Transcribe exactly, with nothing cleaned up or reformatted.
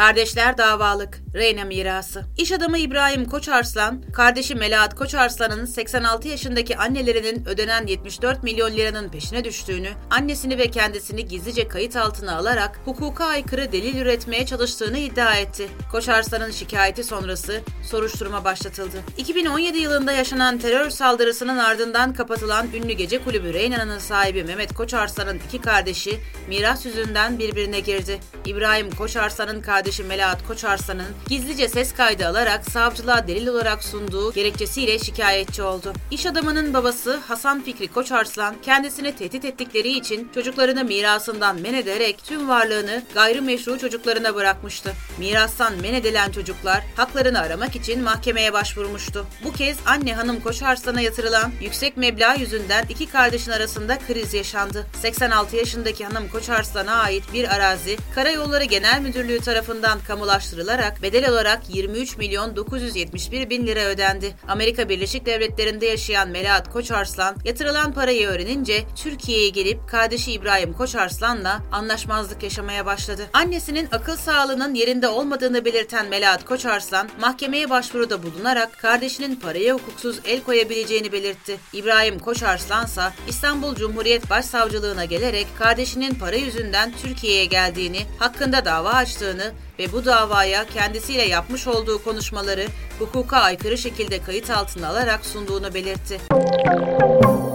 Kardeşler davalık, Reyna mirası. İş adamı İbrahim Koçarslan, kardeşi Melahat Koçarslan'ın seksen altı yaşındaki annelerinin ödenen yetmiş dört milyon liranın peşine düştüğünü, annesini ve kendisini gizlice kayıt altına alarak hukuka aykırı delil üretmeye çalıştığını iddia etti. Koçarslan'ın şikayeti sonrası soruşturma başlatıldı. iki bin on yedi yılında yaşanan terör saldırısının ardından kapatılan ünlü gece kulübü Reyna'nın sahibi Mehmet Koçarslan'ın iki kardeşi miras yüzünden birbirine girdi. İbrahim Koçarslan'ın kardeşi Melahat Koçarslan'ın gizlice ses kaydı alarak savcılığa delil olarak sunduğu gerekçesiyle şikayetçi oldu. İş adamının babası Hasan Fikri Koçarslan kendisini tehdit ettikleri için çocuklarını mirasından men ederek tüm varlığını gayrimeşru çocuklarına bırakmıştı. Mirastan men edilen çocuklar haklarını aramak için mahkemeye başvurmuştu. Bu kez anne hanım Koçarslan'a yatırılan yüksek meblağ yüzünden iki kardeşin arasında kriz yaşandı. seksen altı yaşındaki hanım Koçarslan'a ait bir arazi Karayolları Genel Müdürlüğü tarafından kamulaştırılarak bedel olarak yirmi üç milyon dokuz yüz yetmiş bir bin lira ödendi. Amerika Birleşik Devletleri'nde yaşayan Melahat Koçarslan yatırılan parayı öğrenince Türkiye'ye gelip kardeşi İbrahim Koçarslan'la anlaşmazlık yaşamaya başladı. Annesinin akıl sağlığının yerinde olmadığını belirten Melahat Koçarslan mahkemeye başvuruda bulunarak kardeşinin paraya hukuksuz el koyabileceğini belirtti. İbrahim Koçarslan ise İstanbul Cumhuriyet Başsavcılığına gelerek kardeşinin para yüzünden Türkiye'ye geldiğini, hakkında dava açtığını ve bu davaya kendisiyle yapmış olduğu konuşmaları hukuka aykırı şekilde kayıt altına alarak sunduğunu belirtti.